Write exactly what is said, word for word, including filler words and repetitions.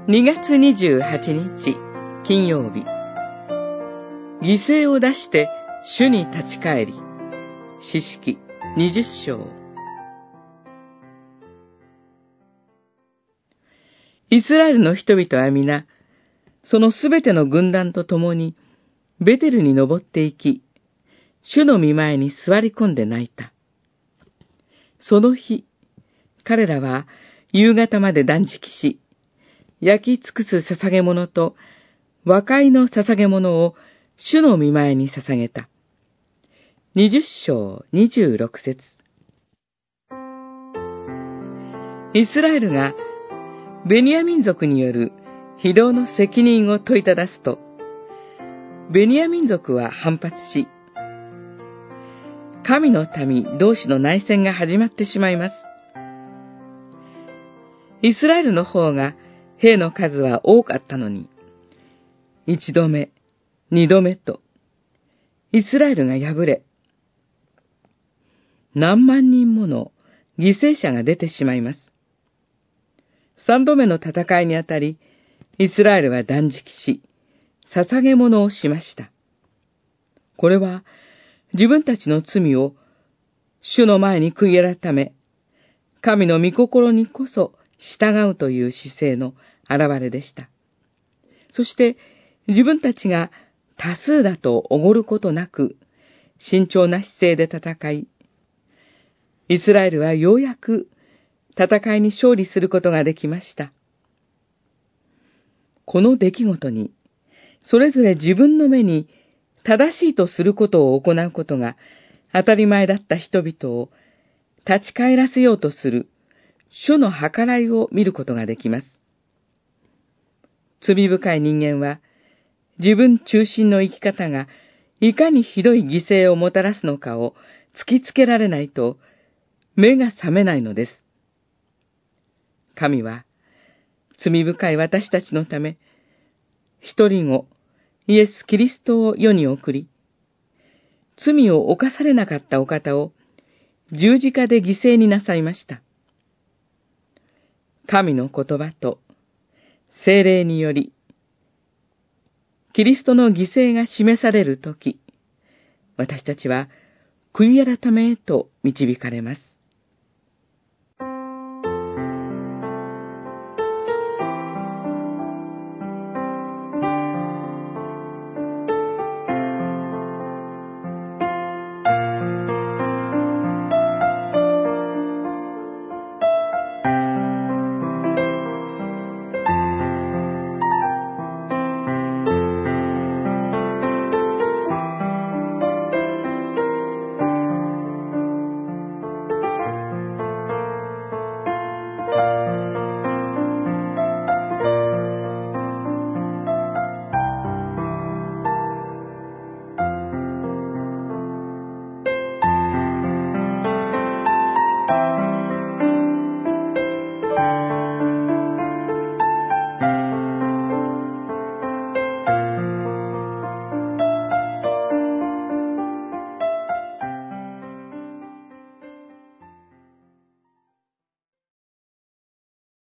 にがつにじゅうはちにち金曜日、犠牲を出して主に立ち返り。詩式にじゅっしょう。イスラエルの人々は皆、そのすべての軍団と共にベテルに登って行き、主の御前に座り込んで泣いた。その日、彼らは夕方まで断食し、焼き尽くす捧げ物と和解の捧げ物を主の御前に捧げた。にじゅっしょうにじゅうろくせつ。イスラエルがベニヤ民族による非道の責任を問いただすと、ベニヤ民族は反発し、神の民同士の内戦が始まってしまいます。イスラエルの方が兵の数は多かったのに、一度目、二度目と、イスラエルが敗れ、何万人もの犠牲者が出てしまいます。三度目の戦いにあたり、イスラエルは断食し、捧げ物をしました。これは、自分たちの罪を主の前に悔い改め、神の御心にこそ従うという姿勢の表れでした。そして、自分たちが多数だとおごることなく、慎重な姿勢で戦い、イスラエルはようやく戦いに勝利することができました。この出来事に、それぞれ自分の目に正しいとすることを行うことが当たり前だった人々を立ち返らせようとする主の計らいを見ることができます。罪深い人間は自分中心の生き方がいかにひどい犠牲をもたらすのかを突きつけられないと目が覚めないのです。神は罪深い私たちのため一人子イエス・キリストを世に送り、罪を犯されなかったお方を十字架で犠牲になさいました。神の言葉と聖霊により、キリストの犠牲が示されるとき、私たちは悔い改めへと導かれます。